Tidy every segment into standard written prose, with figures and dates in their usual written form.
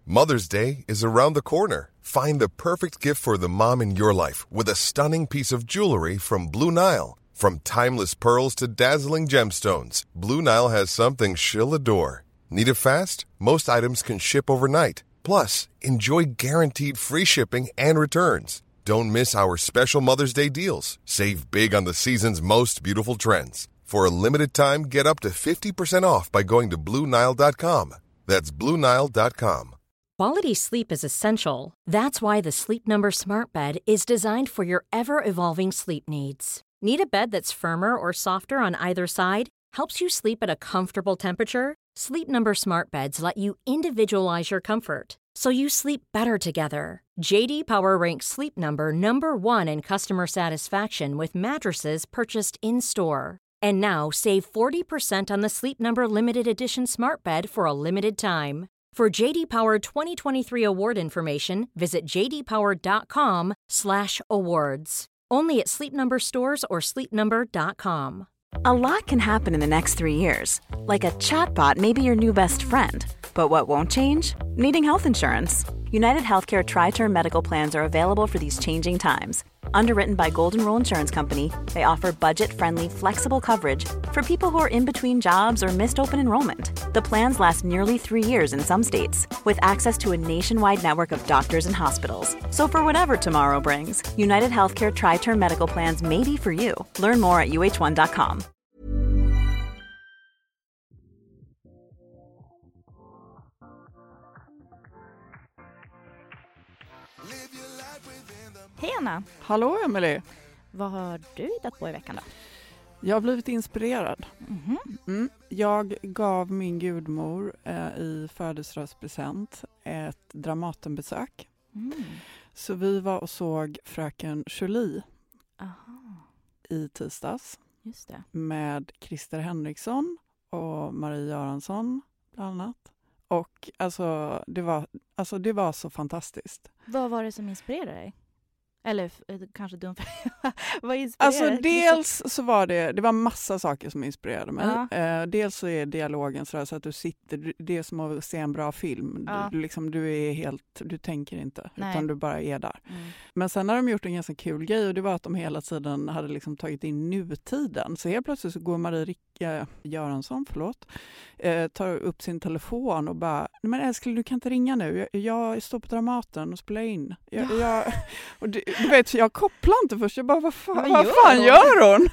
Mother's Day is around the corner. Find the perfect gift for the mom in your life with a stunning piece of jewelry from Blue Nile. From timeless pearls to dazzling gemstones, Blue Nile has something she'll adore. Need it fast? Most items can ship overnight. Plus, enjoy guaranteed free shipping and returns. Don't miss our special Mother's Day deals. Save big on the season's most beautiful trends. For a limited time, get up to 50% off by going to BlueNile.com. That's BlueNile.com. Quality sleep is essential. That's why the Sleep Number Smart Bed is designed for your ever-evolving sleep needs. Need a bed that's firmer or softer on either side? Helps you sleep at a comfortable temperature? Sleep Number Smart Beds let you individualize your comfort, so you sleep better together. J.D. Power ranks Sleep Number number one in customer satisfaction with mattresses purchased in-store. And now, save 40% on the Sleep Number Limited Edition Smart Bed for a limited time. For J.D. Power 2023 award information, visit jdpower.com/awards. Only at Sleep Number stores or sleepnumber.com. A lot can happen in the next 3 years. Like a chatbot may be your new best friend. But what won't change? Needing health insurance. United Healthcare Tri-Term Medical Plans are available for these changing times. Underwritten by Golden Rule Insurance Company, they offer budget-friendly, flexible coverage for people who are in between jobs or missed open enrollment. The plans last nearly 3 years in some states, with access to a nationwide network of doctors and hospitals. So for whatever tomorrow brings, United Healthcare Tri-Term Medical Plans may be for you. Learn more at uh1.com. Hej Anna! Hallå Emily! Vad har du hittat på i veckan då? Jag har blivit inspirerad. Jag gav min gudmor i födelsedagspresent ett Dramatenbesök. Så vi var och såg Fröken Julie i tisdags. Just det. Med Christer Henriksson och Marie Göransson bland annat. Och det var så fantastiskt. Vad var det som inspirerade dig? Eller kanske dumt. Vad inspirerade dig? Dels så var det var massa saker som inspirerade mig. Dels så är dialogen så att du sitter, det är som att se en bra film. Du tänker inte, utan du bara är där. Men sen har de gjort en ganska kul grej, och det var att de hela tiden hade liksom tagit in nutiden. Så helt plötsligt så går Marie Göransson, tar upp sin telefon och bara, men älskling, du kan inte ringa nu. Jag står på Dramaten och spelar in. Och du vet, jag kopplar inte först. Jag bara, vad fan gör hon?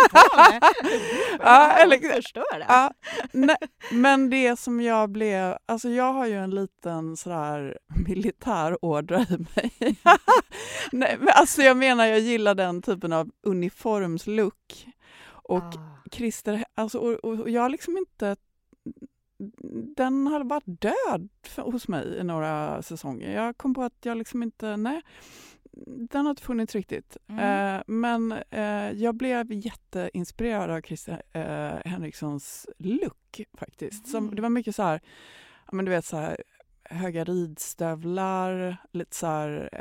Förstår det. Men det som jag blev, jag har ju en liten sådär militärordra i mig. Nej, men jag menar, jag gillar den typen av uniformslook. Och Christer, och jag liksom inte, den har varit död hos mig i några säsonger. Jag kom på att jag liksom inte, den har inte funnits riktigt. Men jag blev jätteinspirerad av Christer Henrikssons look faktiskt. Det var mycket så här, men du vet, så här höga ridstövlar, lite så här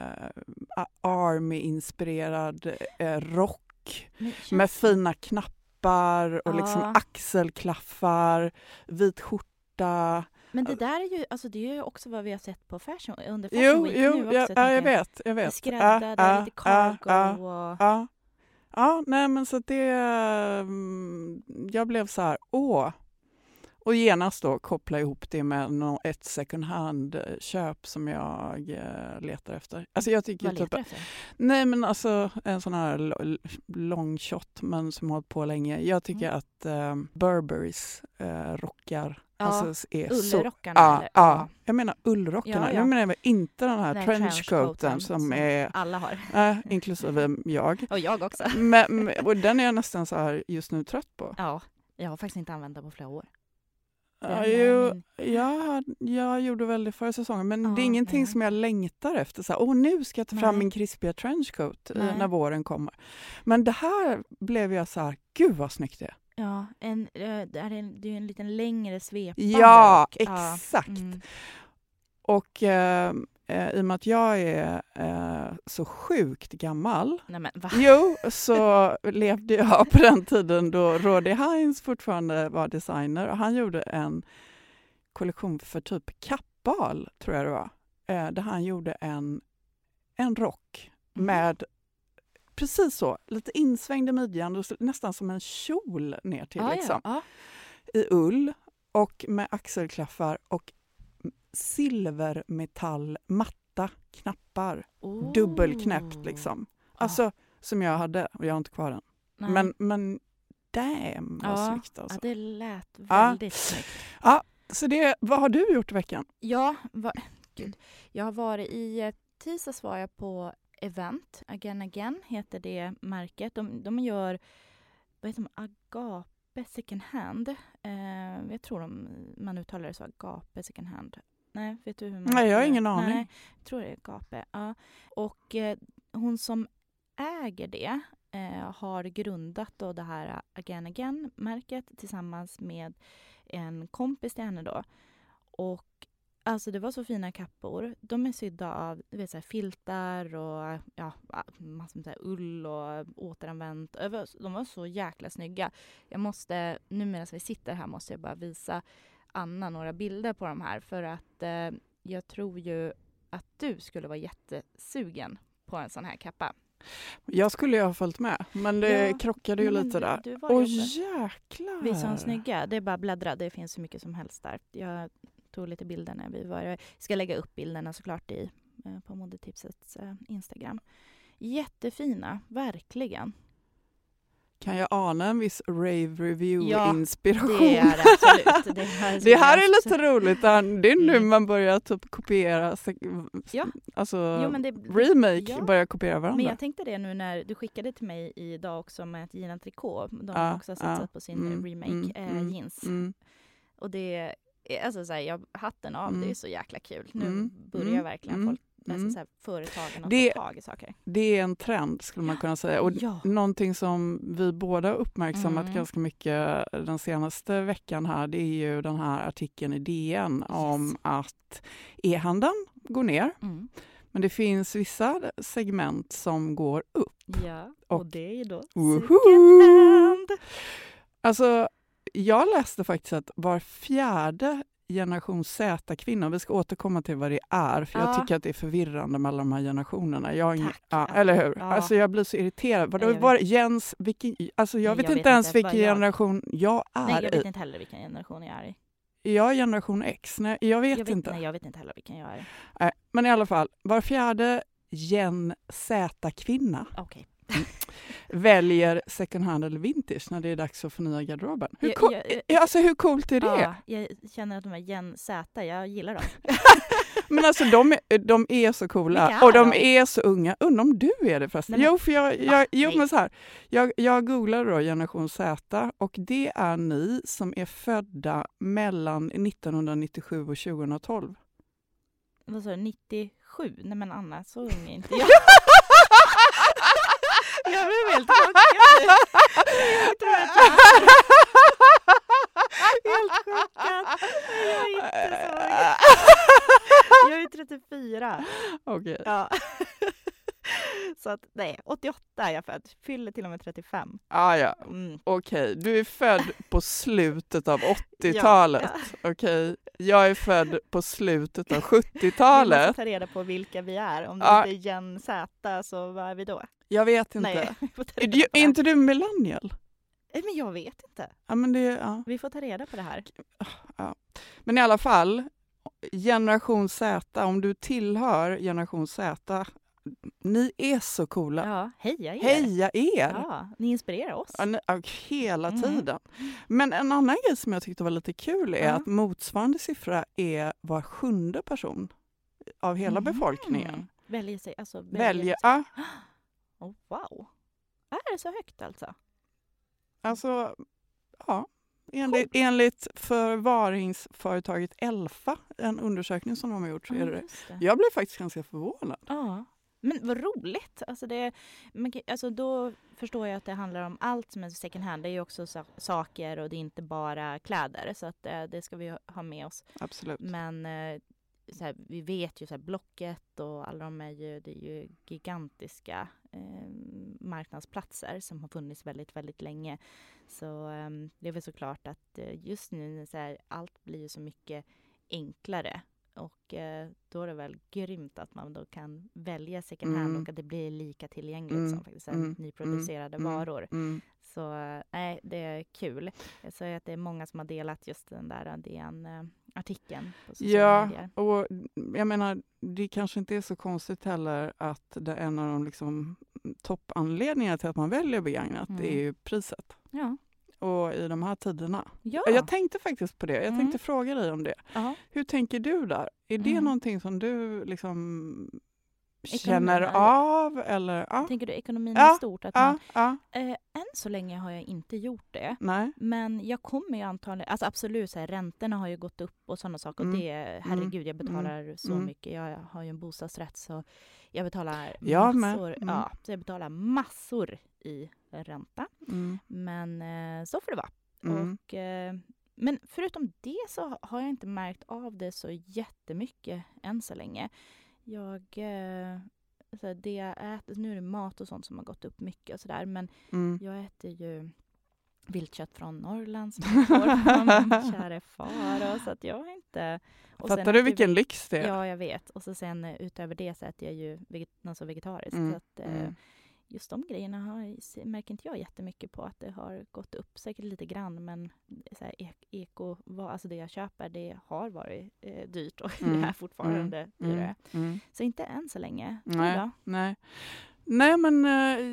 Army-inspirerad rock med fina knappar och liksom axelklaffar, vit skjorta. Men det där är ju, det är ju också vad vi har sett på Fashion under Fashion Week nu också. Jag vet. Skräddade, lite cargo och... nej men så det, jag blev så här, och genast då koppla ihop det med ett second hand köp som jag letar efter. Jag tycker vad letar du efter? Nej, men en sån här long shot, men som har hållit på länge. Jag tycker att Burberrys rockar är ullrockarna, så... Jag menar ullrockarna. Jag menar inte den här trenchcoaten som är... alla har. Inklusive jag. Och jag också. Och den är jag nästan så här just nu trött på. Ja, jag har faktiskt inte använt den på flera år. Jag gjorde väl det förra säsongen, men det är ingenting som jag längtar efter. Så här, nu ska jag ta fram min krispiga trenchcoat när våren kommer. Men det här blev jag så här, gud vad snyggt det är. Ja, det är en liten längre svepande. Ja, exakt. Och i och med att jag är så sjukt gammal. Nej, men, va? Jo, så levde jag på den tiden då Roddy Heinz fortfarande var designer. Och han gjorde en kollektion för typ fotboll, tror jag det var. Där han gjorde en rock med precis så, lite insvängd i midjan och nästan som en kjol ner till i ull och med axelklaffar och silvermetallmatta knappar, dubbelknäppt liksom. Alltså som jag hade, och jag har inte kvar den. Men damn vad snyggt alltså. Ja, det lät väldigt snyggt. Ja, så vad har du gjort i veckan? Ja, jag har varit i tisdags var jag på event, Again heter det märket. De gör, vad heter de, Agape second hand. Jag tror man uttalar det så, Agape second hand. Nej, vet du hur man... Nej, jag har ingen aning. Nej, jag tror det är Agape. Ja. Och hon som äger det har grundat då det här Again-märket tillsammans med en kompis till henne då. Och alltså det var så fina kappor. De är sydda av så här, filtar och massor med så här, ull och återanvänt. De var så jäkla snygga. Jag måste, nu medan vi sitter här måste jag bara visa Anna några bilder på de här. För att jag tror ju att du skulle vara jättesugen på en sån här kappa. Jag skulle ju ha följt med, men det krockade ju lite där. Åh jäklar! Vi är så snygga. Det är bara bläddra. Det finns så mycket som helst där. Jag tog lite bilder när vi var. Jag ska lägga upp bilderna såklart på Modetipsets Instagram. Jättefina, verkligen. Kan jag ana en viss rave-review-inspiration? Det är det absolut. Det här är lite roligt. Det är nu man börjar typ kopiera. Remake börjar kopiera varandra. Men jag tänkte det nu när du skickade till mig idag också med ett Gina Tricot. De har också satsat på sin remake jeans. Och det är alltså så här, jag hatten av, det är så jäkla kul. Nu börjar verkligen folk så här, företagen att ta tag i saker. Det är en trend skulle man kunna säga. Och någonting som vi båda har uppmärksammat ganska mycket den senaste veckan här, det är ju den här artikeln i DN om att e-handeln går ner. Men det finns vissa segment som går upp. Ja, och det är ju då second hand. Alltså, jag läste faktiskt att var fjärde generation Z-kvinnor, vi ska återkomma till vad det är, för jag tycker att det är förvirrande mellan de här generationerna. Eller hur? Ja. Alltså jag blir så irriterad. Jag vet inte ens vilken generation jag är. Nej, jag vet inte heller vilken generation jag är i. Jag är generation X. Nej, jag vet inte. Nej, jag vet inte heller vilken jag är. Men i alla fall, var fjärde gen Z-kvinna väljer second hand eller vintage när det är dags att förnya garderoben. Hur coolt är det? Ja, jag känner att de är Gen Z, jag gillar dem. Men alltså de är så coola och de är så unga. Undrar om du är det förresten? Men så här. Jag googlade då generation Z och det är ni som är födda mellan 1997 och 2012. Vad sa du? 97? Nej men Anna, så ung är inte jag. Jag blev helt chockad. Helt chockad. Jag är 34. Okej. Ja. Så att, nej, 88 är jag född. Fyller till och med 35. Okej. Du är född på slutet av 80-talet. Okej. Jag är född på slutet av 70-talet. Vi måste ta reda på vilka vi är. Om det inte är Gen Z, så vad är vi då? Jag vet inte. Nej, är inte du millennial? Men jag vet inte. Ja, men vi får ta reda på det här. Ja. Men i alla fall, generation Z, om du tillhör generation Z, ni är så coola. Ja, heja er. Heja er. Ja, ni inspirerar oss. Hela tiden. Men en annan grej som jag tyckte var lite kul är att motsvarande siffra är var 7:e person av hela befolkningen. Väljer. Oh, wow. Är det så högt alltså? Alltså, ja. Enligt förvaringsföretaget Elfa, en undersökning som de har gjort, så är det. Jag blev faktiskt ganska förvånad. Ja, men vad roligt. Alltså då förstår jag att det handlar om allt som är second hand. Det är ju också saker och det är inte bara kläder. Så att det ska vi ha med oss. Absolut. Men så här, vi vet ju så här, Blocket och alla de det är ju gigantiska marknadsplatser som har funnits väldigt, väldigt länge. Så det är väl såklart att just nu så här, allt blir ju så mycket enklare Och då är det väl grymt att man då kan välja second hand och att det blir lika tillgängligt som faktiskt nyproducerade varor. Så nej, det är kul. Jag säger att det är många som har delat just den där DN-artikeln på sociala medier. Ja, och jag menar, det kanske inte är så konstigt heller att det är en av de liksom toppanledningarna till att man väljer begagnat, det är ju priset. Ja. Och i de här tiderna. Ja. Jag tänkte faktiskt på det. Jag tänkte fråga dig om det. Ja. Hur tänker du där? Är det någonting som du liksom känner Ekonomin, av? Eller? Ja. Tänker du ekonomin i stort? Att än så länge har jag inte gjort det. Nej. Men jag kommer ju antagligen... Alltså absolut, så här, räntorna har ju gått upp och sådana saker. Och det, herregud, jag betalar så mycket. Jag har ju en bostadsrätt så jag betalar massor. Ja, så jag betalar massor i ränta. Men så får det vara. Och, men förutom det så har jag inte märkt av det så jättemycket än så länge. Det jag äter, nu är det mat och sånt som har gått upp mycket och sådär, men jag äter ju viltkött från Norrland som jag får från min kära far, och så att jag har inte... Och fattar du vilken lyx det är? Ja, jag vet. Och så sen utöver det så äter jag ju vegetariskt. Så att, just de grejerna märker inte jag jättemycket på att det har gått upp säkert lite grann, men så här, alltså det jag köper, det har varit dyrt och det är fortfarande dyrare. Så inte än så länge. Nej, men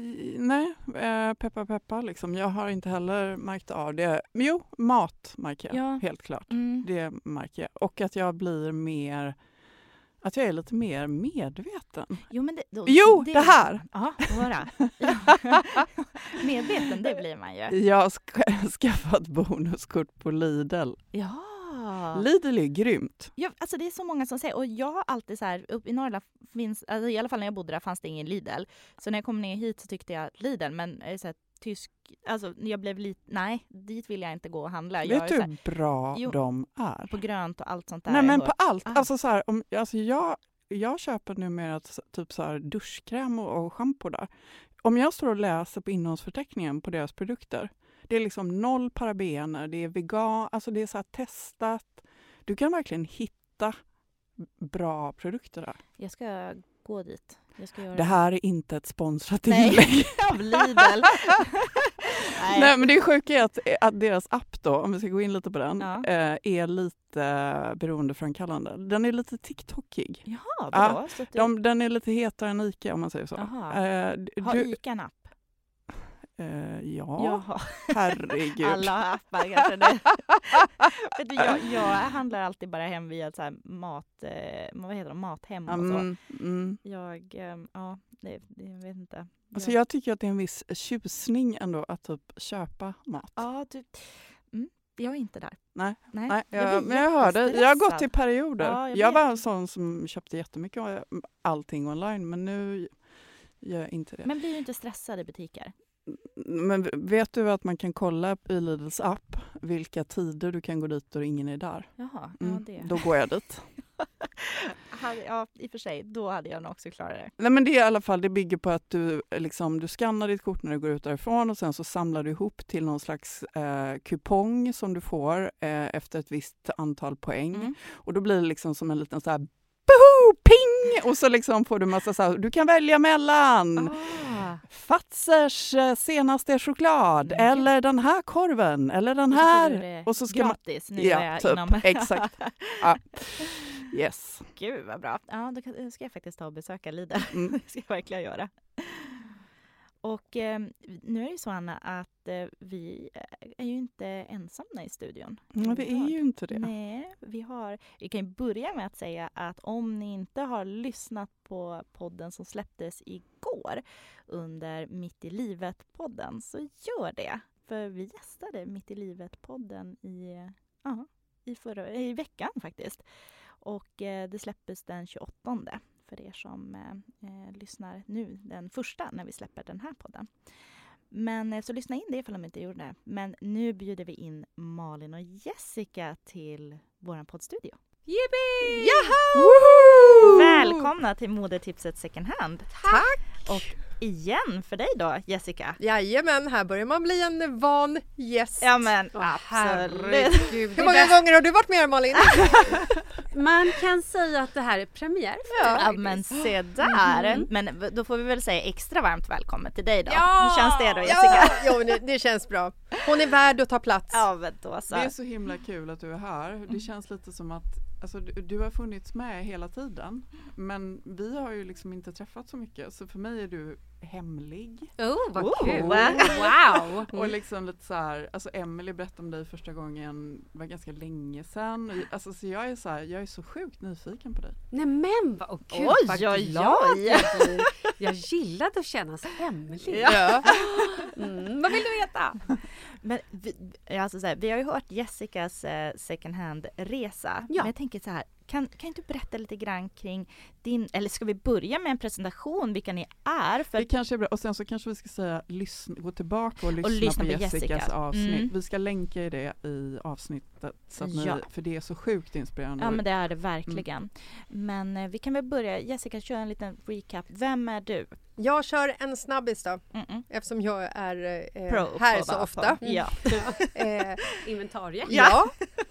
peppa liksom. Jag har inte heller märkt av det. Men jo, mat märker jag, helt klart. Det märker jag. Och att jag blir mer... Att jag är lite mer medveten. Jo, men det här! Ja, vara. Medveten, det blir man ju. Jag har skaffat bonuskort på Lidl. Ja. Lidl är grymt. Ja, alltså det är så många som säger. Och jag har alltid så här, upp i Norrland finns, alltså i alla fall när jag bodde där fanns det ingen Lidl. Så när jag kom ner hit så tyckte jag Lidl, men så här, tysk, alltså jag blev lite, nej, dit vill jag inte gå och handla. Vet du hur bra de är? På grönt och allt sånt där. Nej, men på allt. Alltså så här, jag köper numera typ så här duschkräm och shampoo där. Om jag står och läser på innehållsförteckningen på deras produkter, det är liksom 0 parabener, det är vegan, alltså det är så här testat. Du kan verkligen hitta bra produkter där. Jag ska gå dit. Det här är inte ett sponsrat inlägg. Av Lidl. Nej, men det sjuka är att deras app då, om vi ska gå in lite på den, är lite beroendeframkallande. Den är lite TikTokig. Jaha, vadå? Den är lite hetare än Ica, om man säger så. Har Ica en app? Ja, herregud. Alla appar kanske det. jag handlar alltid bara hem via så här mathem och så. Jag vet inte. Alltså jag tycker att det är en viss tjusning ändå att typ köpa mat. Ja, jag är inte där. Nej. Men jag hörde, jag har gått i perioder. Ja, jag var en sån som köpte jättemycket allting online, men nu gör jag inte det. Men blir du inte stressad i butiker? Men vet du att man kan kolla i Lidls app vilka tider du kan gå dit och ingen är där? Jaha, det. Då går jag dit. Ja, i och för sig. Då hade jag nog också klarat det. Nej, men det är i alla fall, det bygger på att du skannar ditt kort när du går ut därifrån och sen så samlar du ihop till någon slags kupong som du får efter ett visst antal poäng. Och då blir det liksom som en liten så här ping! Och så liksom får du massa så här, du kan välja mellan Fazers senaste choklad eller den här korven eller den här. Och så ska gratis man, nu är jag typ, inom. exakt. Ja. Yes. Gud vad bra. Ja, då ska jag faktiskt ta och besöka Lidl. Det ska jag verkligen göra. Och nu är det ju så, Anna, att vi är ju inte ensamma i studion. Ja, vi är ju inte det. Nej, vi kan ju börja med att säga att om ni inte har lyssnat på podden som släpptes igår under Mitt i livet-podden, så gör det. För vi gästade Mitt i livet-podden i veckan faktiskt. Och det släpptes den 28 för er som lyssnar nu, den första när vi släpper den här podden. Men så lyssna in det ifall de inte gjorde det. Men nu bjuder vi in Malin och Jessica till våran poddstudio. Yippee! Jaha! Välkomna till modetipset Second Hand. Tack! Och igen för dig då, Jessica. Jajamän, här börjar man bli en van gäst. Ja men absolut. Hur många gånger har du varit med, Malin? Man kan säga att det här är premiär för mig. Ja men se där. Men då får vi väl säga extra varmt välkommen till dig då. Ja! Hur känns det då, Jessica? Jo, det känns bra. Hon är värd att ta plats. Ja men då så. Det är så himla kul att du är här. Det känns lite som att alltså, du har funnits med hela tiden. Men vi har ju liksom inte träffat så mycket. Så för mig är du hemlig. Vad kul! Wow! Och liksom lite så här, alltså Emily berättade om dig första gången var ganska länge sedan. Alltså så jag är så sjukt nyfiken på dig. Nej men vad kul! Vad glad jag blir. Jag gillade att kännas hemlig. Ja. Vad vill du veta? Men vi har ju hört Jessicas second hand-resa. Ja. Men jag tänker så här, kan du berätta lite grann kring din, eller ska vi börja med en presentation vilka ni är? För det kanske är bra. Och sen så kanske vi ska säga gå tillbaka och lyssna på Jessicas avsnitt. Vi ska länka i det i avsnittet så att för det är så sjukt inspirerande. Ja men det är det verkligen. Men vi kan väl börja, Jessica, köra en liten recap. Vem är du? Jag kör en snabbis då, eftersom jag är här så ofta. Ja. Inventarie. Ja.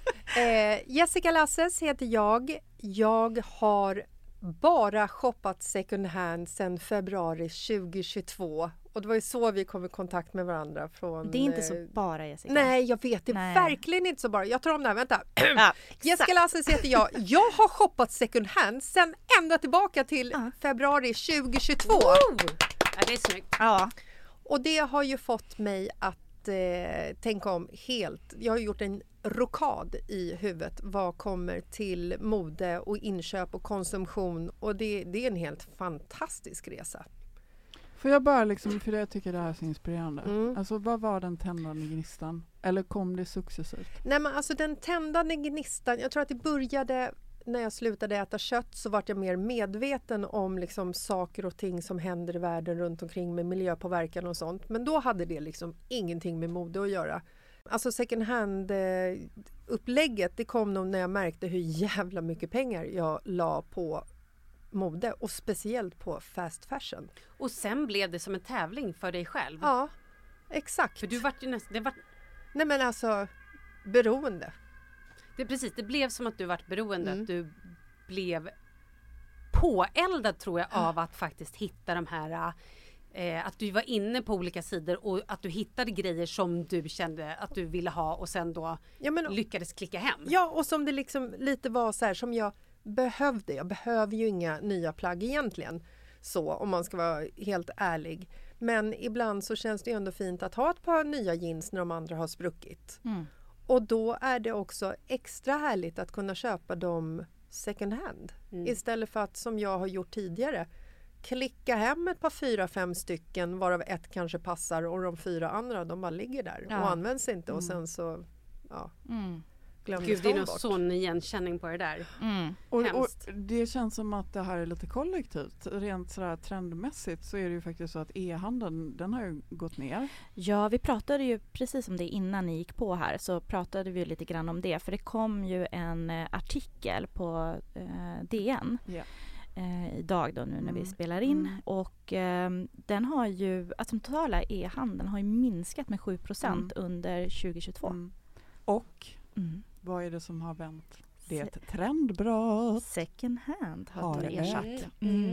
Jessica Lasses heter jag. Jag har bara shoppat second hand sedan februari 2022. Och det var ju så vi kom i kontakt med varandra. Från, det är inte så bara, Jessica. Nej, jag vet. Det är verkligen inte så bara. Jag tar om det här, vänta. Ja, Jessica Lasses heter jag. Jag har shoppat second hand sedan ända tillbaka till februari 2022. Ja, det är snyggt. Ja. Och det har ju fått mig att tänka om helt. Jag har gjort en rokad i huvudet vad kommer till mode och inköp och konsumtion. Och det är en helt fantastisk resa. Får jag bara liksom, för jag tycker det här är så inspirerande. Alltså vad var den tändande gnistan? Eller kom det successivt? Nej men alltså den tändande gnistan, jag tror att det började när jag slutade äta kött, så var jag mer medveten om liksom saker och ting som händer i världen runt omkring med miljöpåverkan och sånt. Men då hade det liksom ingenting med mode att göra. Alltså second hand upplägget, det kom nog när jag märkte hur jävla mycket pengar jag la på mode och speciellt på fast fashion. Och sen blev det som en tävling för dig själv. Ja, exakt. För du vart ju nästan... Nej men alltså, beroende. Det blev som att du vart beroende. Att du blev påeldad tror jag av att faktiskt hitta de här... att du var inne på olika sidor och att du hittade grejer som du kände att du ville ha och sen då lyckades klicka hem. Ja, och som det liksom lite var så här som jag behövde. Jag behöver ju inga nya plagg egentligen, så om man ska vara helt ärlig. Men ibland så känns det ju ändå fint att ha ett par nya jeans när de andra har spruckit. Och då är det också extra härligt att kunna köpa dem second hand. Istället för att, som jag har gjort tidigare, klicka hem ett par 4-5 stycken varav ett kanske passar och de 4 andra de bara ligger där och används inte och sen så glömdes Gud, det är de nog bort. sån igenkänning på det där. Och det känns som att det här är lite kollektivt. Rent sådär trendmässigt så är det ju faktiskt så att e-handeln, den har ju gått ner. Ja, vi pratade ju precis om det innan ni gick på här, så pratade vi lite grann om det. För det kom ju en artikel på DN idag då nu när vi spelar in. Och den har ju, alltså den totala e-handeln har ju minskat med 7% under 2022. Och vad är det som har vänt? Det är ett trendbrott. Second hand har det ersatt.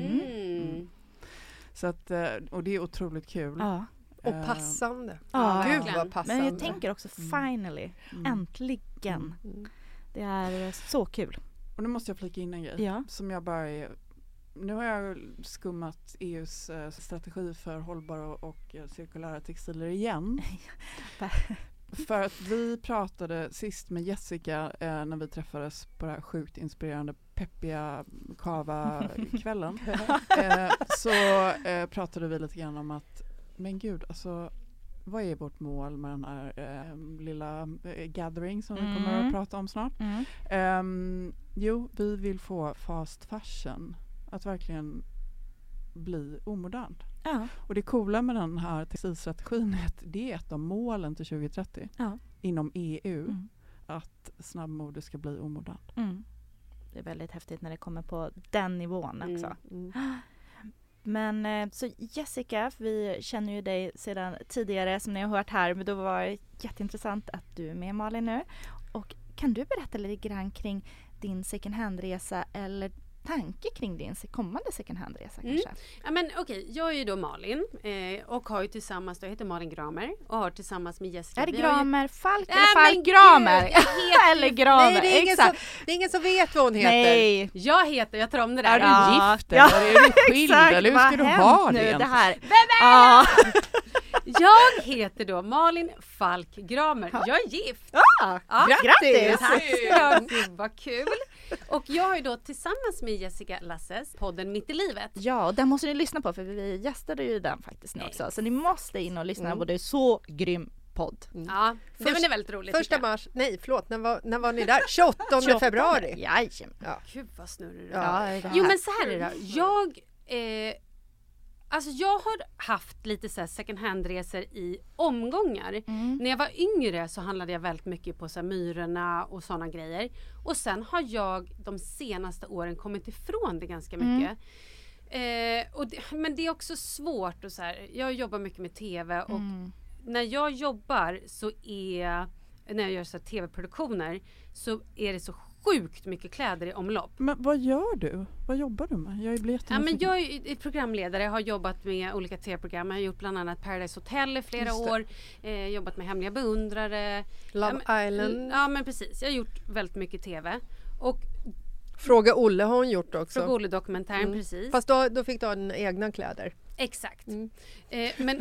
Så att, och det är otroligt kul. Ja. Och passande. Ja, Gud vad passande. men jag tänker också finally, äntligen. Det är så kul. Och nu måste jag flika in en grej som jag bara är... Nu har jag skummat EUs strategi för hållbara och cirkulära textiler igen. För att vi pratade sist med Jessica när vi träffades på det här sjukt inspirerande peppiga kava-kvällen. Så pratade vi lite grann om att, men gud, alltså vad är vårt mål med den här lilla gathering som vi kommer att prata om snart? Jo, vi vill få fast fashion att verkligen bli omodernt. Ja. Och det coola med den här textilstrategin är att det är ett av målen till 2030 inom EU att snabbmode ska bli omodernt. Det är väldigt häftigt när det kommer på den nivån också. Men så Jessica, vi känner ju dig sedan tidigare som ni har hört här, men då var det jätteintressant att du är med, Malin, nu. Och kan du berätta lite grann kring din second hand-resa eller tanke kring din kommande second hand-resa kanske? Ja, men okej, jag är ju då Malin och har ju tillsammans, jag heter Malin Gramer och har tillsammans med Jessica. Är det Gramer Falk eller men Falk Gramer? Gud, Eller Gramer, Nej, det är ingen som vet vad hon heter. Nej. Jag tar om det där. Är du gift eller är du skild eller hur ska du ha det? Nu, det här. Jag heter då Malin Falk Gramer. Jag är gift. Grattis! Tack. Vad kul. Och jag har ju då tillsammans med Jessica Lasses podden Mitt i livet. Ja, och den måste ni lyssna på för vi gästade ju den faktiskt nu också. Så ni måste in och lyssna på det. är så grym podd. Ja, det är väldigt roligt. 1 mars, nej förlåt, när var ni där? 28 februari. Jajamän. Ja. Gud vad snurrig. Jo, men så här är det. Jag har haft lite så här second hand-resor i omgångar. När jag var yngre så handlade jag väldigt mycket på så här Myrorna och sådana grejer. Och sen har jag de senaste åren kommit ifrån det ganska mycket. Men det är också svårt. Och så här, jag jobbar mycket med tv och när jag jobbar när jag gör så här tv-produktioner så är det så sjukt mycket kläder i omlopp. Men vad gör du? Vad jobbar du med? Jag är programledare. Jag har jobbat med olika tv-program. Jag har gjort bland annat Paradise Hotel i flera år. Jobbat med Hemliga beundrare. Love Island. Ja, men precis. Jag har gjort väldigt mycket tv. Och Fråga Olle har hon gjort också. Fråga Olle-dokumentären, precis. Fast då fick du ha dina egna kläder. Exakt. Men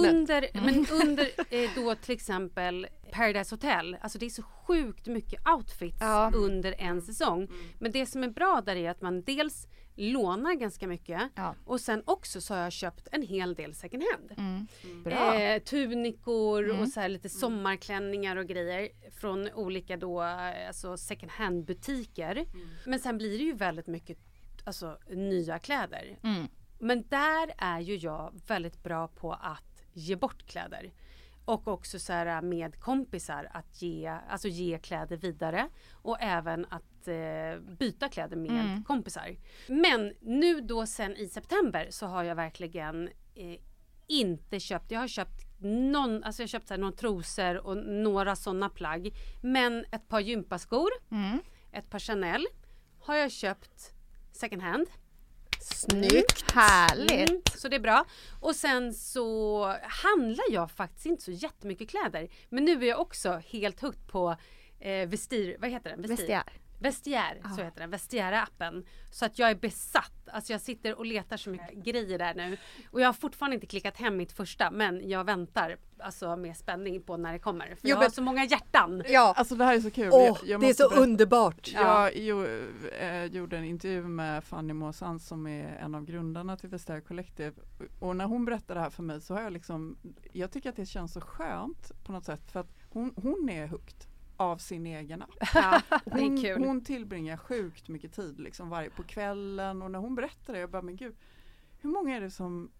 under då till exempel Paradise Hotel, alltså det är så sjukt mycket outfits under en säsong. Men det som är bra där är att man dels lånar ganska mycket och sen också så har jag köpt en hel del second hand. Bra. Tunikor och så här lite sommarklänningar och grejer från olika då alltså second hand butiker. Men sen blir det ju väldigt mycket alltså nya kläder. Men där är ju jag väldigt bra på att ge bort kläder. Och också så här med kompisar att ge kläder vidare. Och även att byta kläder med kompisar. Men nu då sen i september så har jag verkligen inte köpt. Jag har köpt jag har köpt så här några trosor och några sådana plagg. Men ett par gympaskor, ett par Chanel har jag köpt second hand. Snyggt! Härligt! Så det är bra. Och sen så handlar jag faktiskt inte så jättemycket kläder. Men nu är jag också helt hooked på vad heter den? Vestiaire, så heter den. Vestiaire-appen. Så att jag är besatt. Alltså jag sitter och letar så mycket grejer där nu. Och jag har fortfarande inte klickat hem mitt första. Men jag väntar alltså med spänning på när det kommer. För jag har så många hjärtan. Ja. Alltså det här är så kul. Det är så underbart. Jag gjorde en intervju med Fanny Måsans som är en av grundarna till Vestiaire Collective. Och när hon berättade det här för mig så har jag tycker att det känns så skönt på något sätt. För att hon är hooked av sin egen app. Ja, det är kul. Hon tillbringar sjukt mycket tid liksom på kvällen och när hon berättar det jag bara, men gud, hur många är det som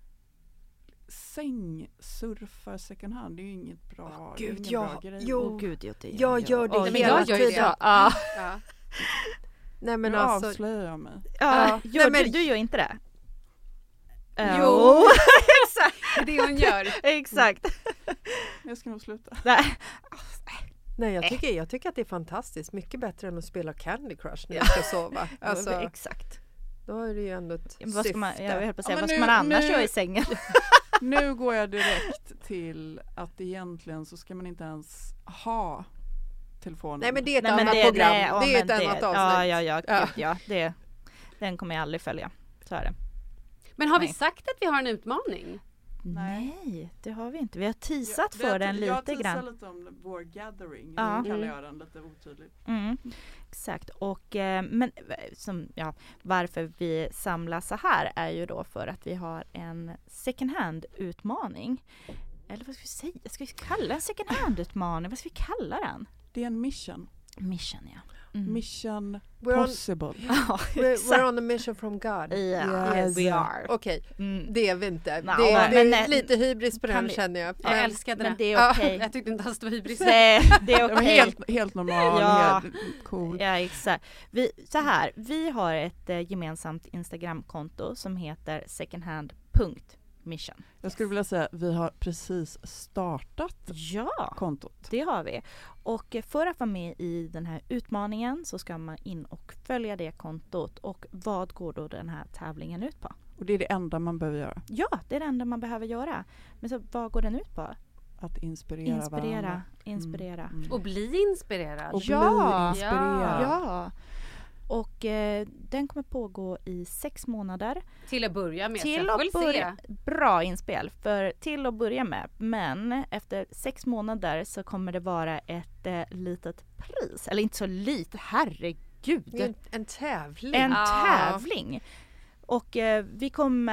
sängsurfar second hand? Det är ju inget bra, bra grej. Jag gör det hela tiden. Nej men nu alltså avslöjar jag mig. Du gör inte det? Jo, exakt. Det hon gör. Exakt. Jag ska nog sluta. Nej, jag tycker att det är fantastiskt. Mycket bättre än att spela Candy Crush när jag ska sova. Alltså, exakt. Då är det ju ändå ett vad ska man, syfte. vad ska man annars göra i sängen? Nu går jag direkt till att egentligen så ska man inte ens ha telefonen. Nej, men det är ett annat program. Det är ett annat avsnitt. Den kommer jag aldrig följa. Så är det. Men har vi sagt att vi har en utmaning? Nej, det har vi inte. Vi har teasat för den lite grann. Jag teasar lite om vår gathering. Nu kallar jag den lite otydligt. Exakt. Och, men varför vi samlas så här är ju då för att vi har en second hand-utmaning. Eller vad ska vi säga? Ska vi kalla en second hand-utmaning? Vad ska vi kalla den? Det är en mission. Mission, ja. Mission We're possible. we're on a mission from God. Yes. We are. Okej, det är vi inte. No, det är men, lite hybris på den vi- känner jag. Jag älskade det. Men det är okej. Jag tyckte inte alls det var hybris. Det är Det var okej. helt normal, Ja. helt cool. Ja, exakt. Vi har ett gemensamt Instagramkonto som heter secondhand.mission. Jag skulle vilja säga vi har precis startat Ja, kontot. det har vi. Och för att vara med i den här utmaningen så ska man in och följa det kontot. Och vad går då den här tävlingen ut på? Och det är det enda man behöver göra. Ja, det är det enda man behöver göra. Men så vad går den ut på? Att inspirera varandra. Inspirera. Och bli inspirerad. Och Ja. bli inspirerad. Ja. Och den kommer pågå i 6 månader. Till att börja med. Till så att får vi börja, se. bra inspel för till att börja med. Men efter 6 månader så kommer det vara ett litet pris. Eller inte så litet, herregud. Det är en tävling. En Ja. tävling. Och vi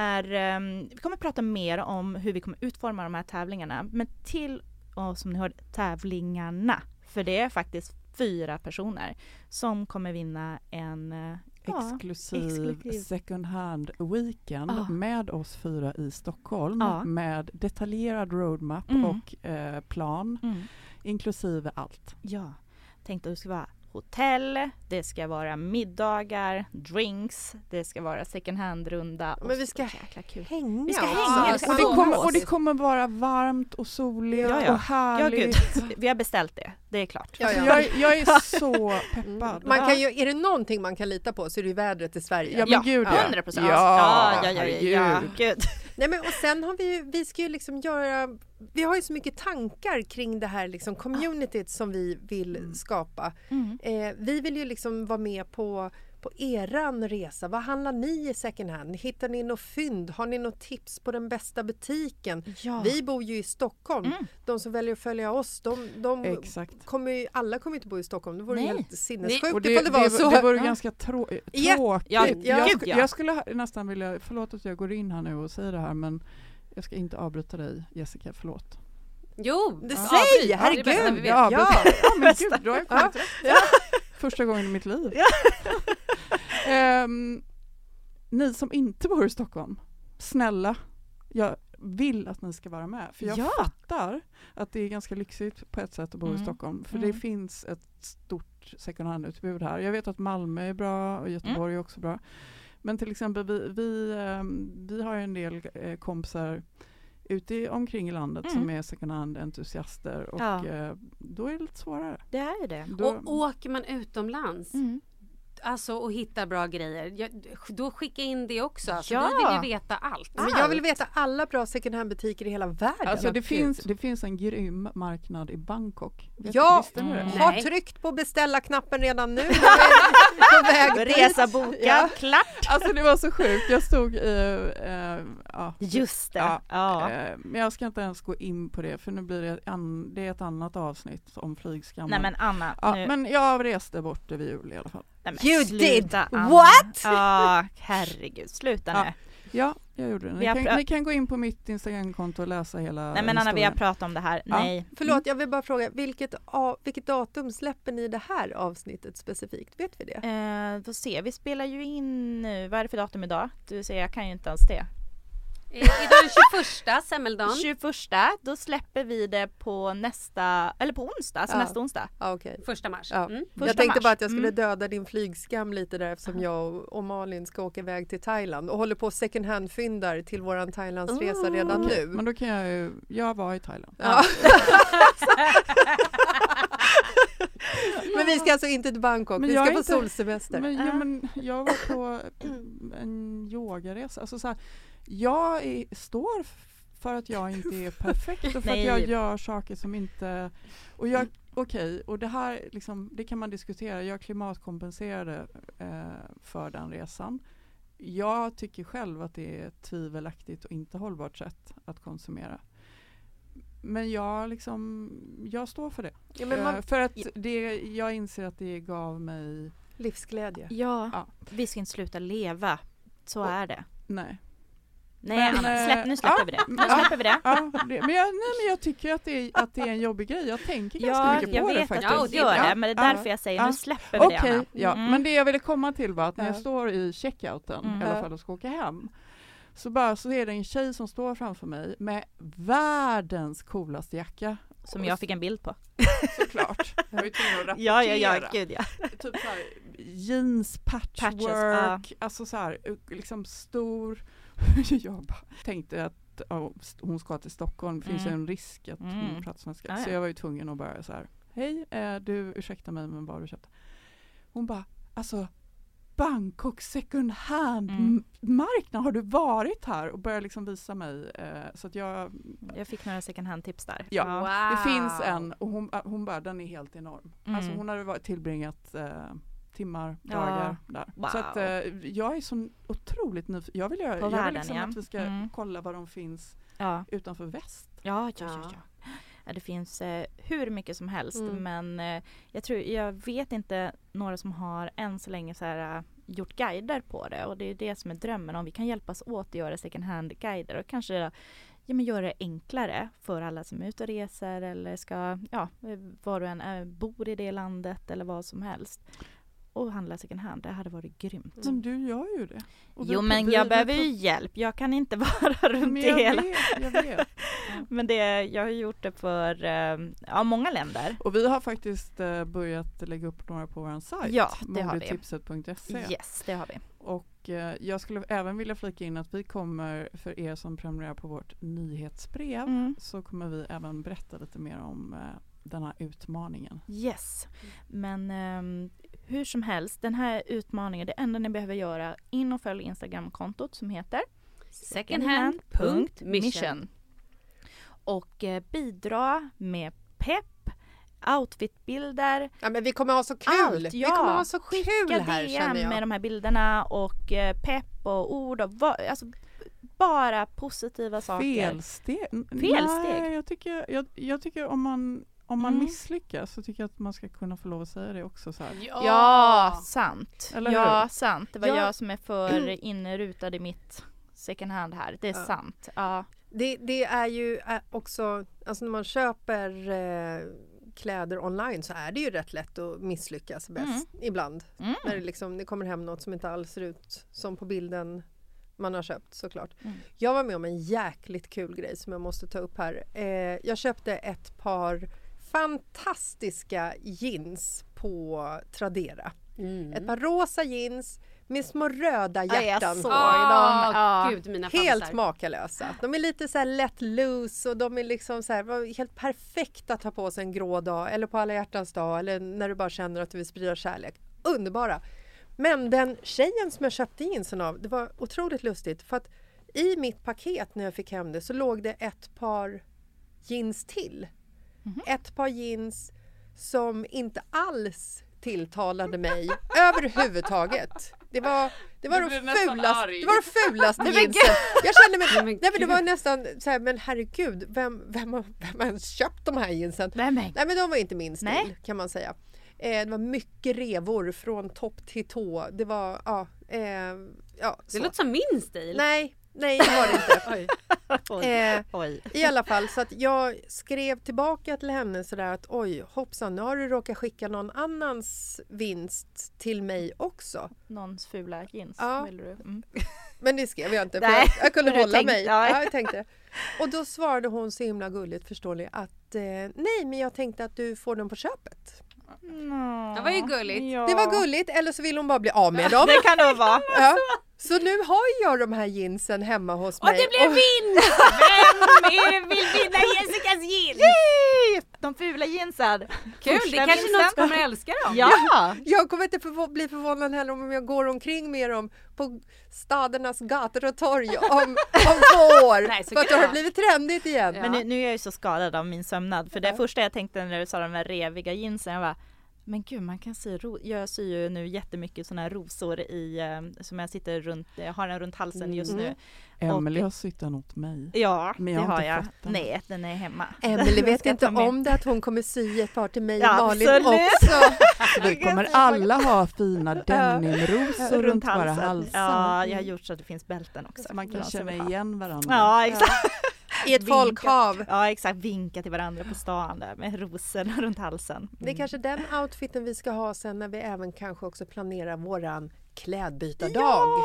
kommer prata mer om hur vi kommer utforma de här tävlingarna. Men som ni hörde, tävlingarna. För det är faktiskt 4 personer som kommer vinna en Exklusiv second hand weekend med oss 4 i Stockholm med detaljerad roadmap och plan inklusive allt. Ja, tänkte att det ska vara hotell, det ska vara middagar, drinks, det ska vara second hand-runda. Men vi ska hänga. Vi ska också. hänga. också. Och det kommer vara varmt och soligt och Ja, härligt. gud. Vi har beställt det. Det är klart. Ja, Alltså, ja. jag är så peppad. Man kan ju, är det någonting man kan lita på så är det ju vädret i Sverige. Ja, men gud, 100%. Ja, ja, herregud. gud. Nej, men och sen har vi ska ju liksom vi har ju så mycket tankar kring det här liksom communityt som vi vill skapa. Vi vill ju liksom vara med på eran resa. Vad handlar ni i second hand? Hittar ni något fynd? Har ni något tips på den bästa butiken? Ja. Vi bor ju i Stockholm. De som väljer att följa oss, Exakt. alla kommer inte bo i Stockholm. Det vore Nej. helt sinnessjukt Och ifall det var så. det vore ganska tråkigt. Ja, Jag skulle nästan vilja, förlåt att jag går in här nu och säger det här, men jag ska inte avbryta dig, Jessica, förlåt. Jo, Det ja, säg, det är det bästa vi vet. herregud. Ja, men gud, du har ju kommit rätt. Första gången i mitt liv. Ni som inte bor i Stockholm, snälla, jag vill att ni ska vara med. För jag fattar att det är ganska lyxigt på ett sätt att bo i Stockholm. För det finns ett stort second hand-utbud här. Jag vet att Malmö är bra och Göteborg är också bra. Men till exempel vi har en del kompisar ute omkring i landet som är second hand-entusiaster. Och då är det lite svårare. Det är ju det. Och åker man utomlands alltså, och hittar bra grejer, då skicka in det också. Alltså, Ja. vi vill ju veta allt. Men jag vill veta alla bra second hand-butiker i hela världen. Alltså det finns en grym marknad i Bangkok. Visste ni det? Har Nej. tryckt på beställa-knappen redan nu. På väg dit. Resa bokad, klart. Alltså det var så sjukt. Jag stod Just det. Men jag ska inte ens gå in på det, för nu blir det är ett annat avsnitt om flygskammen. Nej men Anna, nu. Men jag reste bort över jul i alla fall. Nej, men You sluta, did! Anna. What? Ja, herregud. Sluta nu. Ja, jag gjorde det. Vi har Ni kan gå in på mitt Instagramkonto och läsa hela Nej men Anna, vi har historien. pratat om det här. Nej. Förlåt, jag vill bara fråga, vilket datum släpper ni det här avsnittet specifikt? Vet vi det? Får se, vi spelar ju in nu. Vad är det för datum idag? Du säger jag kan ju inte ens det. Idag är 21, semmeldagen. 21, då släpper vi det på på onsdag, alltså nästa onsdag. Ja, okej. 1 mars. Ja. Mm. Jag tänkte mars. bara att jag skulle döda din flygskam lite där, eftersom jag och Malin ska åka iväg till Thailand och håller på second hand-fyndar till våran Thailandsresa redan nu. Men då kan jag var i Thailand. Ja. Men vi ska alltså inte till Bangkok, Men vi jag ska är på inte- solsemester. Men jag var på en yogaresa. Alltså så här, jag står för att jag inte är perfekt och för att Nej. jag gör saker som inte... Och jag, och det här liksom, det kan man diskutera. Jag klimatkompenserade för den resan. Jag tycker själv att det är ett tvivelaktigt och inte hållbart sätt att konsumera. Men jag står för det. Ja, men För att jag inser att det gav mig... livsglädje. Ja, vi ska inte sluta leva. Så är det. Nej. Nej, Anna, nu släpper vi det. Nu släpper vi det. Men jag tycker att det är en jobbig grej. Jag tänker ganska mycket på det faktiskt. Jag vet att du gör det, men det är därför jag säger nu släpper vi det, Anna. Men det jag ville komma till var att när jag står i checkouten, i alla fall och ska åka hem, så är det en tjej som står framför mig med världens coolaste jacka. Som jag fick en bild på. Såklart. Jag var ju tvungen att rapportera. Gud, ja. Typ så här jeans, patchwork, alltså så här liksom stor. Jag bara tänkte att hon ska till Stockholm. Det finns en risk att hon pratar svenska. Så jag var ju tvungen att bara så här, hej, du ursäkta mig, men vad har du köpt? Hon bara, alltså Bangkok second hand marknad, har du varit här? Och började liksom visa mig så att jag fick några second hand tips där. Ja, wow. Det finns en och hon bara, den är helt enorm. Alltså hon hade tillbringat timmar, dagar där. Wow. Så att jag är så otroligt nyfiken. Jag vill liksom att vi ska kolla var de finns utanför väst. Ja, det finns hur mycket som helst, men jag vet inte några som har än så länge så här, gjort guider på det, och det är det som är drömmen, om vi kan hjälpas åt att göra second hand guider och kanske göra det enklare för alla som är ute och reser eller ska, var du än bor i det landet eller vad som helst. Och handla second hand, det hade varit grymt. Men du gör ju det. Jo, men jag behöver ju hjälp. Jag kan inte vara runt det hela. Jag vet. Men jag har gjort det för många länder. Och vi har faktiskt börjat lägga upp några på vår sajt. Ja, det har vi. modetipset.se. Yes, det har vi. Och jag skulle även vilja flika in att vi kommer, för er som prenumererar på vårt nyhetsbrev, så kommer vi även berätta lite mer om den här utmaningen. Yes, men hur som helst, den här utmaningen, det enda ni behöver göra, in och följ Instagram-kontot som heter secondhand.mission och bidra med pepp, outfitbilder. Ja, men vi kommer ha så kul. Allt, vi kommer ha så kul här, känner jag. Med de här bilderna och pepp och ord och bara positiva saker. Felsteg? Nej, jag tycker om man misslyckas så tycker jag att man ska kunna få lov att säga det också så här. Ja, sant. Eller hur? Sant. Det var jag som är för inrutad i mitt second hand här. Det är sant. Ja. Det är ju också, alltså när man köper kläder online så är det ju rätt lätt att misslyckas bäst ibland. När det kommer hem något som inte alls ser ut som på bilden man har köpt, såklart. Jag var med om en jäkligt kul grej som jag måste ta upp här. Jag köpte ett par fantastiska jeans på Tradera. Ett par rosa jeans med små röda hjärtan. Jag såg dem. Gud, mina helt fansar. Makalösa. De är lite så här let loose och de är liksom så här, helt perfekta att ta på sig en grå dag eller på alla hjärtans dag eller när du bara känner att du vill sprida kärlek. Underbara. Men den tjejen som jag köpte jeansen av, det var otroligt lustigt för att i mitt paket när jag fick hem det så låg det ett par jeans till. Ett par jeans som inte alls tilltalade mig överhuvudtaget. Det var de fulaste jeansen. Jag kände mig, det var nästan så här, men herregud, vem har ens köpt de här jeansen? Nej, men de var inte min stil, kan man säga. Det var mycket revor från topp till tå. Det var, det låter som min stil. Nej, det var det inte. Oj. I alla fall, så att jag skrev tillbaka till henne sådär att hoppsan, nu har du råkat skicka någon annans vinst till mig också. Någons fula jeans, vill du? Men det skrev jag inte, för jag kunde hålla mig. Ja, jag tänkte. Och då svarade hon så himla gulligt, förstår ni, att nej, men jag tänkte att du får dem på köpet. Det var ju gulligt. Ja. Det var gulligt, eller så vill hon bara bli av med dem. Det kan det vara. Ja. Så nu har jag de här jeansen hemma hos mig. Och det blev vinst! Vem vill vinna Jessicas jeans? Yay! De fula jeansen. Kul, det är kanske någon som kommer älska dem. Ja. Jag kommer inte bli förvånad heller om jag går omkring med dem på stadernas gator och torg om 2 år. Nej, för att det har blivit trendigt igen. Men nu är jag ju så skadad av min sömnad. För det första jag tänkte när du sa de där reviga jeansen, jag bara, Men gud, man kan sy jag syr ju nu jättemycket såna här rosor i som jag sitter runt, jag har den runt halsen just nu. Emelie har sytt den åt mig. Ja, men jag det har inte jag. fått den. Nej, den är hemma. Emelie vet inte om det, att hon kommer sy ett par till mig och Malin absolut. också. Så vi kommer alla ha fina denimrosor runt våra halsar. Ja, jag har gjort så att det finns bälten också. Så man kan känna igen varandra. Ja, exakt. I ett folkhav. Ja, exakt. Vinka till varandra på stan där med rosorna runt halsen. Det är kanske den outfiten vi ska ha sen när vi även kanske också planerar våran klädbytardag.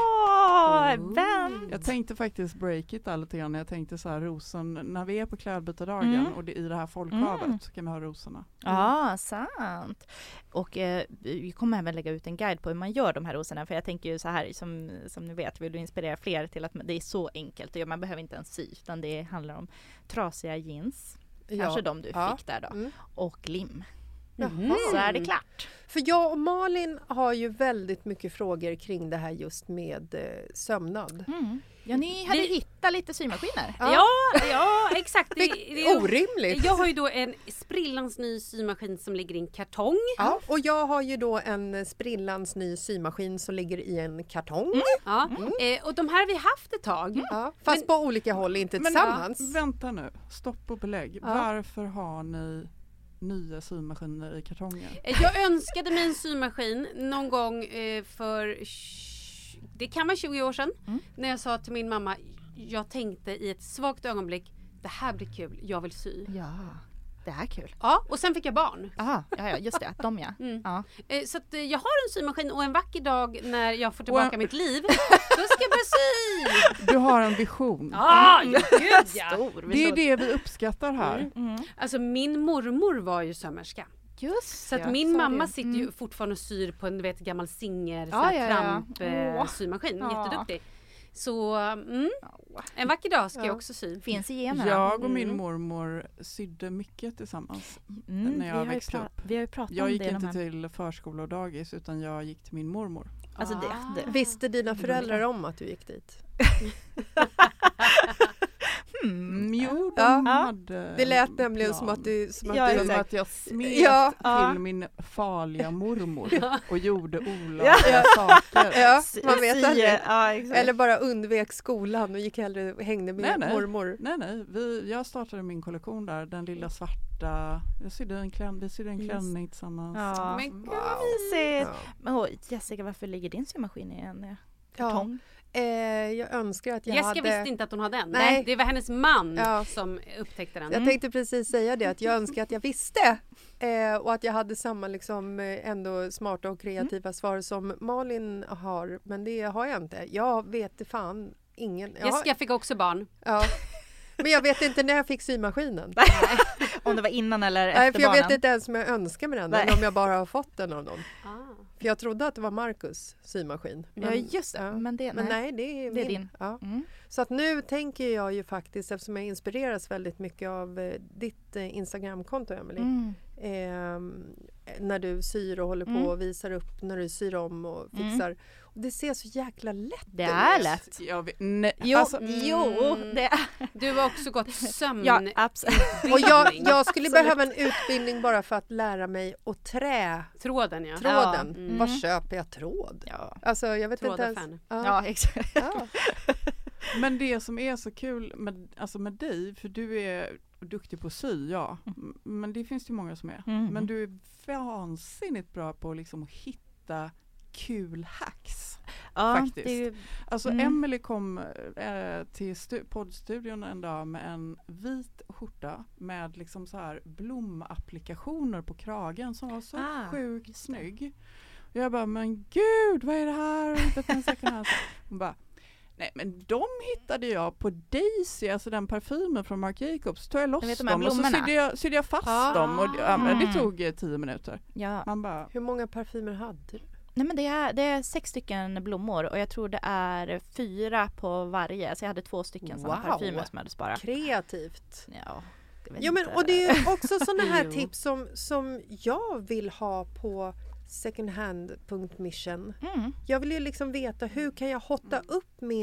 Ja, vem? Jag tänkte faktiskt break it lite grann. Jag tänkte så här, rosen, när vi är på klädbytardagen och i det här folkhavet så kan vi ha rosorna. Ja, sant. Och vi kommer även lägga ut en guide på hur man gör de här rosorna. För jag tänker ju så här, som ni vet, vill du inspirera fler till att det är så enkelt. Och man behöver inte ens sy, utan det handlar om trasiga jeans. Kanske de du fick där då. Och lim. Så är det klart. För jag och Malin har ju väldigt mycket frågor kring det här just med sömnad. Ja, ni hade hittat lite symaskiner. Ja, exakt. Det är orimligt. Jag har ju då en sprillans ny symaskin som ligger i en kartong. Ja, och jag har ju då en sprillans ny symaskin som ligger i en kartong. Och de här har vi haft ett tag. Fast på olika håll, inte tillsammans. Vänta nu, stopp och belägg. Varför har ni nya symaskiner i kartongen? Jag önskade mig en symaskin någon gång för det kan vara 20 år sedan när jag sa till min mamma, jag tänkte i ett svagt ögonblick, det här blir kul, jag vill sy. Ja, det här är kul. Ja, och sen fick jag barn. Ja, just det, de ja. Så att jag har en symaskin och en vacker dag när jag får tillbaka mitt liv, då ska jag börja sy. Du har en vision. Stor. Det är det vi uppskattar här. Alltså min mormor var ju sömmerska. Just så att min mamma sitter ju fortfarande och syr på en gammal Singer symaskin. Jätteduktig. Så en vacker dag ska jag också sy. Finns i generna. Jag och min mormor sydde mycket tillsammans när jag växte upp. Vi har ju pratat jag om gick det inte till förskola och dagis, utan jag gick till min mormor. Alltså det. Visste dina föräldrar om att du gick dit? Jo, de hade det lät nämligen som att jag smet till min farliga mormor och gjorde olagliga saker. Man vet aldrig. Eller bara undvek skolan och gick hellre och hängde med mormor. Nej. Jag startade min kollektion där, den lilla svarta. Vi sydde en klänning tillsammans. Ja. Men gud vad mysigt. Men Jessica, varför ligger din symaskin i en kartong? Jag önskar att jag Jessica visste inte att hon hade en. Nej. Det var hennes man som upptäckte den. Jag tänkte precis säga det, att jag önskar att jag visste och att jag hade samma liksom, ändå smarta och kreativa svar som Malin har, men det har jag inte. Jag vet fan ingen. Jessica fick också barn. Ja. Men jag vet inte när jag fick symaskinen. Om det var innan eller efter Nej, för jag barnen. vet inte ens om jag önskar mig den, eller om jag bara har fått den av någon. För jag trodde att det var Marcus symaskin. Ja, just det. Men det är min. Din. Ja. Så att nu tänker jag ju faktiskt, eftersom jag inspireras väldigt mycket av ditt Instagramkonto, Emelie. När du syr och håller på och visar upp när du syr om och fixar. Och det ser så jäkla lätt ut. Det är lätt. Det är. Du har också gått sömn. Ja, absolut. Och jag skulle behöva en utbildning bara för att lära mig att tråden. Var köper jag tråd? Ja. Alltså jag vet inte ens. Ja, exakt. Ja. Men det som är så kul med dig, för du är duktig på att sy, men det finns ju många som är. Men du är vansinnigt bra på liksom att hitta kul hacks. Faktiskt. Emelie kom till poddstudion en dag med en vit skjorta med liksom så här blomapplikationer på kragen som var så sjukt snygg. Och jag bara, men gud, vad är det här? Hon bara, nej, men de hittade jag på Daisy, alltså den parfymen från Marc Jacobs. Tog jag loss dem och så sydde jag fast dem och det tog 10 minuter. Ja. Man bara, hur många parfymer hade du? Nej, men det är 6 stycken blommor och jag tror det är 4 på varje. Så jag hade 2 stycken sådana parfymer som jag hade sparat. Kreativt. Ja, men och det är också sådana här tips som jag vill ha på secondhand.mission. Jag vill ju liksom veta, hur kan jag hotta upp min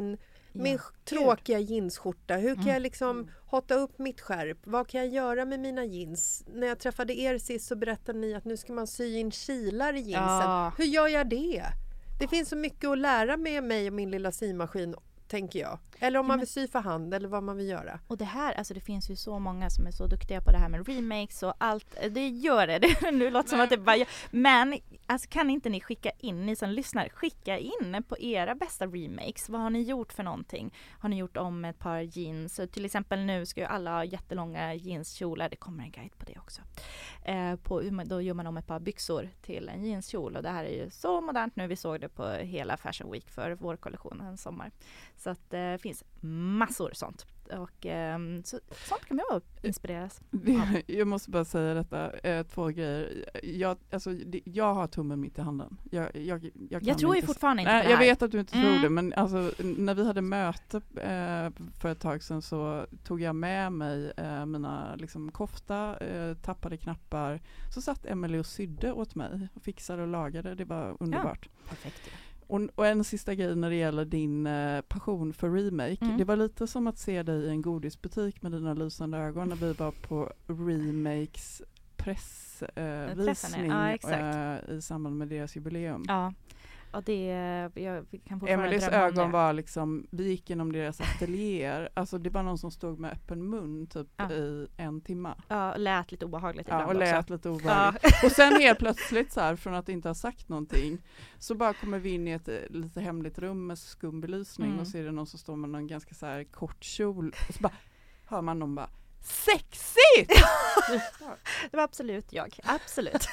Min tråkiga jeansskjorta. Hur kan jag liksom hotta upp mitt skärp? Vad kan jag göra med mina jeans? När jag träffade er sist så berättade ni att nu ska man sy in kilar i jeansen. Ja. Hur gör jag det? Det finns så mycket att lära med mig och min lilla symaskin, tänker jag. Eller om man vill sy för hand eller vad man vill göra. Och det här, alltså det finns ju så många som är så duktiga på det här med remakes och allt. Det gör det. Nu låter som att det bara... Men alltså, kan inte ni skicka in, ni som lyssnar, skicka in på era bästa remakes. Vad har ni gjort för någonting? Har ni gjort om ett par jeans? Så till exempel nu ska ju alla ha jättelånga jeanskjolar. Det kommer en guide på det också. Då gör man om ett par byxor till en jeanskjol. Och det här är ju så modernt nu. Vi såg det på hela Fashion Week för vår kollektion en sommar. Så att det finns massor sånt. Och sånt kan man inspireras. Jag måste bara säga detta, 2 grejer. Jag har tummen mitt i handen. Jag tror ju fortfarande inte på det här. Jag vet att du inte tror det, men alltså, när vi hade möte för ett tag sedan så tog jag med mig mina liksom, kofta, tappade knappar. Så satt Emily och sydde åt mig och fixade och lagade. Det var underbart. Ja, perfekt. Och en sista grej när det gäller din passion för remake. Det var lite som att se dig i en godisbutik med dina lysande ögon när vi var på remakes pressvisning i samband med deras jubileum. Ja. Och det vi kan fortfarande Emelies ögon var liksom, vi gick genom deras ateljéer. Alltså det var någon som stod med öppen mun typ i 1 timme. Ja, och lät lite obehagligt ibland och lät också. lite obehagligt. Och sen helt plötsligt så här, från att inte ha sagt någonting, så bara kommer vi in i ett lite hemligt rum med skumbelysning och så är det någon som står med någon ganska så här kort kjol och så bara hör man någon bara sexigt! Det var absolut jag. Absolut.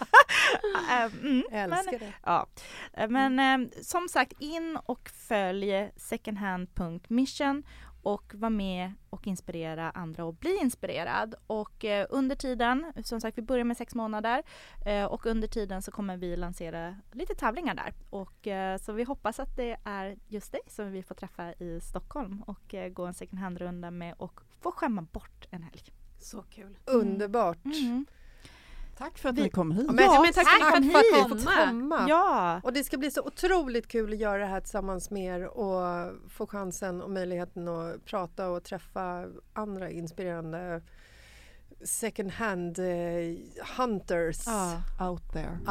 Älskar det. Ja. Men som sagt, in och följ secondhand.mission och var med och inspirera andra och bli inspirerad. Och under tiden, som sagt, vi börjar med 6 månader och under tiden så kommer vi lansera lite tävlingar där. Och så vi hoppas att det är just dig som vi får träffa i Stockholm och gå en second hand-runda med och få skämma bort en helg. Så kul. Underbart. Tack för att ni kom hit. Men tack för att vi fått komma. Ja. Och det ska bli så otroligt kul att göra det här tillsammans med er och få chansen och möjligheten att prata och träffa andra inspirerande second hand hunters Out there.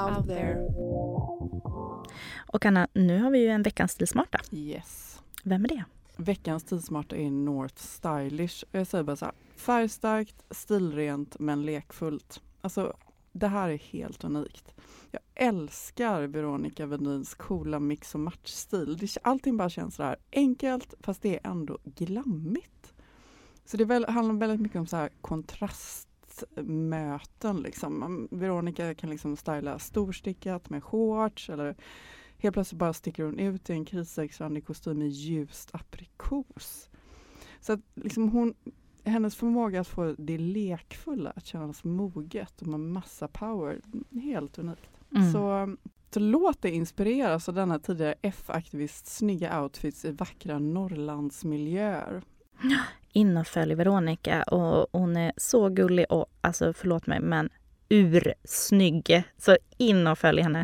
Och Anna, nu har vi ju en veckans stilsmarta. Yes. Vem är det? Veckans stilsmarta är North Stylish. Jag säger bara så här, färgstarkt, stilrent men lekfullt. Alltså, det här är helt unikt. Jag älskar Veronica Wedins coola mix- och matchstil. Allting bara känns så här enkelt, fast det är ändå glammigt. Så det handlar väldigt mycket om så här kontrastmöten. Liksom. Veronica kan liksom styla storstickat med shorts eller helt plötsligt bara sticker hon ut i en krisexrandig kostym i ljust aprikos. Så att liksom hennes förmåga att få det lekfulla att kännas moget och med massa power, helt unikt. Så låt dig inspireras av denna tidigare F-aktivist snygga outfits i vackra Norrlandsmiljöer. In och följ Veronica och hon är så gullig och alltså förlåt mig men ursnygg. Så in och följ henne.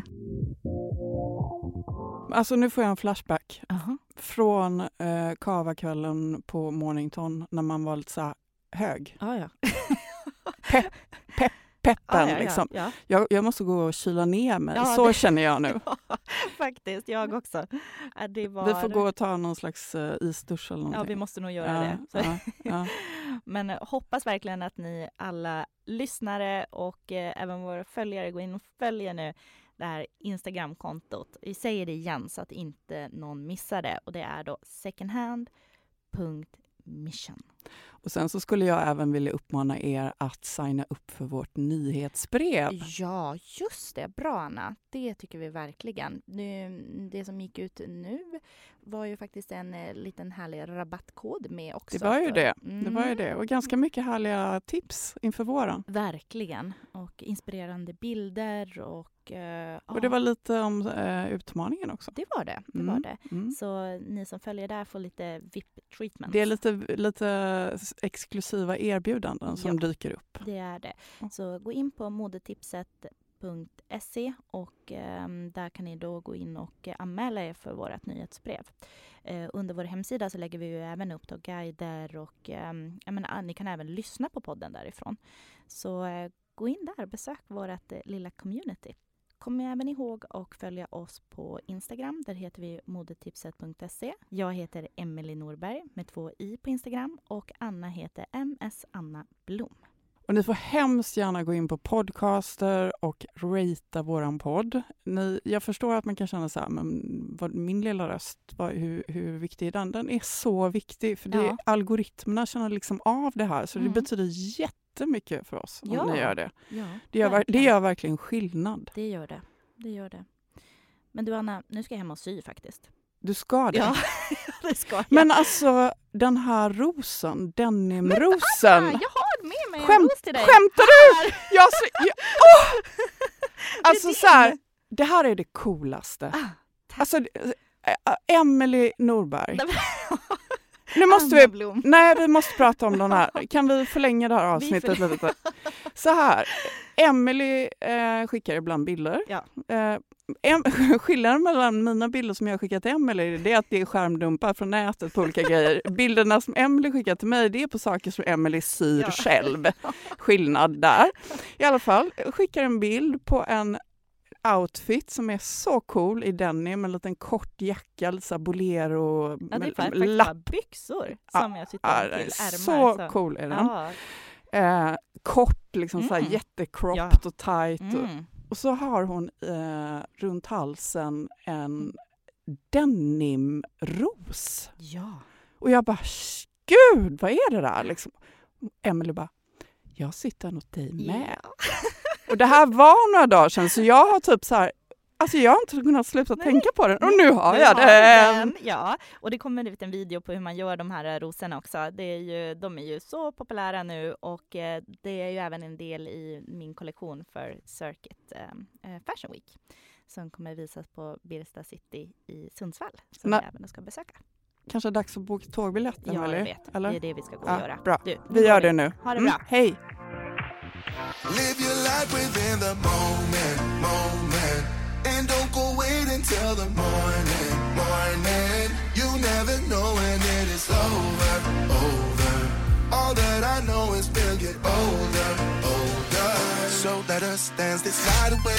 Alltså nu får jag en flashback från Kavakvällen på Mornington när man var lite så här hög. Peppen liksom. Ja. Jag måste gå och kyla ner mig. Så känner jag nu. Faktiskt, jag också. Vi får gå och ta någon slags isdusch eller någonting. Ja, vi måste nog göra det. Ja. Men hoppas verkligen att ni alla lyssnare och även våra följare går in och följer nu det här Instagram-kontot. Vi säger det igen så att inte någon missar det. Och det är då secondhand.mission. Och sen så skulle jag även vilja uppmana er att signa upp för vårt nyhetsbrev. Ja, just det. Bra, Anna. Det tycker vi verkligen. Det som gick ut nu var ju faktiskt en liten härlig rabattkod med också. Det var ju det. Det var ju det. Och ganska mycket härliga tips inför våren. Verkligen. Och inspirerande bilder och och det var lite om utmaningen också. Det var det. Så ni som följer där får lite VIP-treatment. Det är lite exklusiva erbjudanden som dyker upp. Det är det. Så gå in på modetipset modetips.se och där kan ni då gå in och anmäla er för vårt nyhetsbrev. Under vår hemsida så lägger vi ju även upp då guider och ni kan även lyssna på podden därifrån. Så gå in där och besök vårt lilla community. Kom även ihåg och följa oss på Instagram. Där heter vi modetipset.se. Jag heter Emelie Norberg med 2 i på Instagram och Anna heter MS Anna Blom. Och ni får hemskt gärna gå in på podcaster och ratea våran podd. Jag förstår att man kan känna så här, men min lilla röst, hur viktig är den? Den är så viktig, för algoritmerna känner liksom av det här. Så det betyder jättemycket för oss om ni gör det. Ja, det gör verkligen skillnad. Det gör det. Men du Anna, nu ska jag hem och sy faktiskt. Du ska det? Ja, det ska jag. Men alltså, den här rosen, denimrosen. Jag har med mig en ros till dig. Skämtar du? Alltså så här, det här är det coolaste. Alltså, Emelie Norberg. Nu måste vi måste prata om den här. Kan vi förlänga det här avsnittet lite? Så här, Emelie skickar ibland bilder. Ja. Skillnaden mellan mina bilder som jag skickar till Emelie, det är att det är skärmdumpar från nätet på olika grejer. Bilderna som Emelie skickar till mig, det är på saker som Emelie syr själv. Skillnad där. I alla fall, skickar en bild på en outfit som är så cool i denim med en liten kort jacka, lite så bolero, det är perfekt byxor som jag sitter till ärmar. Så cool är den. Kort, liksom så här jättekropped och tight. Och så har hon runt halsen en denimros. Ja. Och jag bara, gud, vad är det där? Liksom. Emelie bara, jag sitter åt dig med. Ja. Och det här var några dagar sedan, så jag har typ så här, alltså jag har inte kunnat sluta tänka på den. Och nu har jag den. Ja, och det kommer ut en video på hur man gör de här rosorna också. De är ju så populära nu och det är ju även en del i min kollektion för Circuit Fashion Week. Som kommer visas på Birsta City i Sundsvall, som vi även ska besöka. Kanske dags att boka tågbiljetten, eller? Jag vet. Eller? Det är det vi ska gå och göra. Bra. Vi gör det nu. Ha det bra. Hej! Live your life within the moment. And don't go wait until the morning. You never know when it is over. All that I know is we'll get older. So let us dance this night away.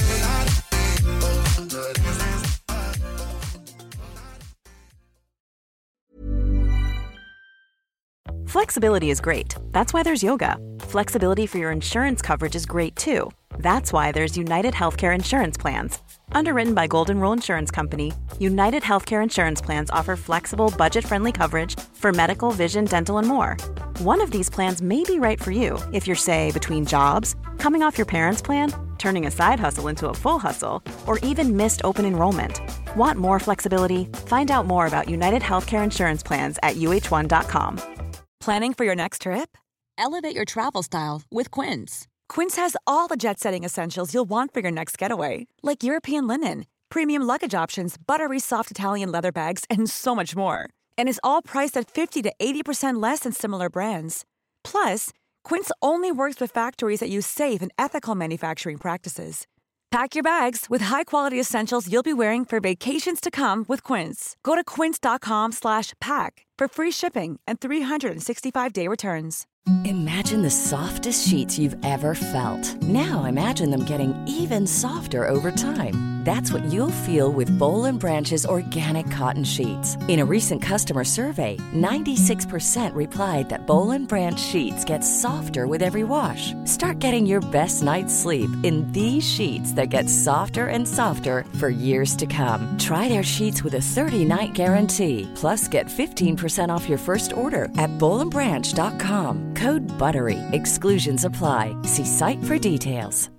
Flexibility is great. That's why there's yoga. Flexibility for your insurance coverage is great too. That's why there's United Healthcare Insurance Plans. Underwritten by Golden Rule Insurance Company, United Healthcare Insurance Plans offer flexible, budget-friendly coverage for medical, vision, dental, and more. One of these plans may be right for you if you're, say, between jobs, coming off your parents' plan, turning a side hustle into a full hustle, or even missed open enrollment. Want more flexibility? Find out more about United Healthcare Insurance Plans at uh1.com. Planning for your next trip? Elevate your travel style with Quince. Quince has all the jet-setting essentials you'll want for your next getaway, like European linen, premium luggage options, buttery soft Italian leather bags, and so much more. And is all priced at 50 to 80% less than similar brands. Plus, Quince only works with factories that use safe and ethical manufacturing practices. Pack your bags with high-quality essentials you'll be wearing for vacations to come with Quince. Go to quince.com/pack for free shipping and 365-day returns. Imagine the softest sheets you've ever felt. Now imagine them getting even softer over time. That's what you'll feel with Boll & Branch's organic cotton sheets. In a recent customer survey, 96% replied that Boll & Branch sheets get softer with every wash. Start getting your best night's sleep in these sheets that get softer and softer for years to come. Try their sheets with a 30-night guarantee. Plus, get 15% off your first order at bollandbranch.com. Code BUTTERY. Exclusions apply. See site for details.